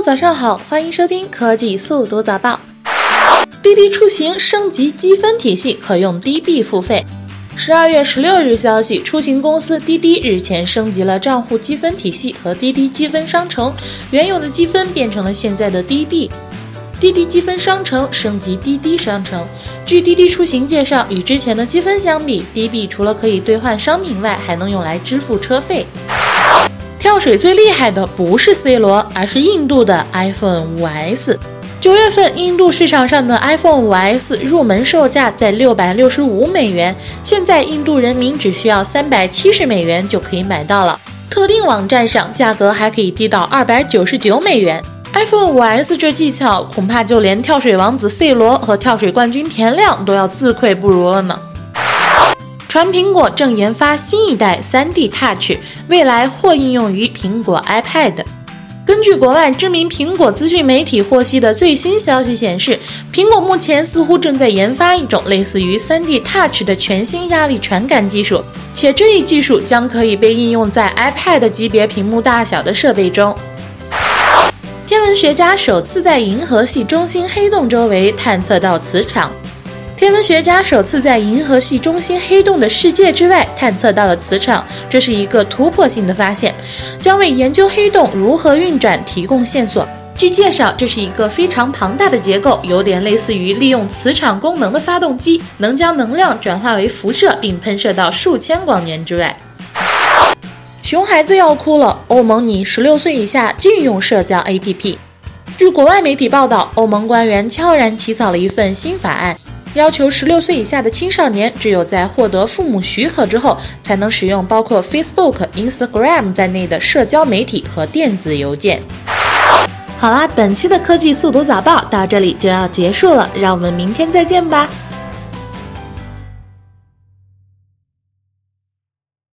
早上好，欢迎收听科技速读早报。滴滴出行升级积分体系，可用滴币付费。12月16日消息，出行公司滴滴日前升级了账户积分体系和滴滴积分商城，原有的积分变成了现在的滴币。滴滴积分商城升级滴滴商城。据滴滴出行介绍，与之前的积分相比，滴币除了可以兑换商品外，还能用来支付车费。跳水最厉害的不是 C 罗，而是印度的 iPhone 5S。9月份，印度市场上的 iPhone 5S 入门售价在665美元，现在印度人民只需要370美元就可以买到了。特定网站上价格还可以低到299美元。iPhone 5S 这技巧，恐怕就连跳水王子 C 罗和跳水冠军田亮都要自愧不如了呢。传苹果正研发新一代 3D Touch， 未来或应用于苹果 iPad。根据国外知名苹果资讯媒体获悉的最新消息显示，苹果目前似乎正在研发一种类似于 3D Touch 的全新压力传感技术，且这一技术将可以被应用在 iPad 级别屏幕大小的设备中。天文学家首次在银河系中心黑洞周围探测到磁场。天文学家首次在银河系中心黑洞的世界之外探测到了磁场，这是一个突破性的发现，将为研究黑洞如何运转提供线索。据介绍，这是一个非常庞大的结构，有点类似于利用磁场功能的发动机，能将能量转化为辐射并喷射到数千光年之外。熊孩子要哭了，欧盟拟16岁以下禁用社交 APP。 据国外媒体报道，欧盟官员悄然起草了一份新法案，要求16岁以下的青少年只有在获得父母许可之后，才能使用包括 Facebook、Instagram 在内的社交媒体和电子邮件。好啦，本期的科技速读早报到这里就要结束了，让我们明天再见吧。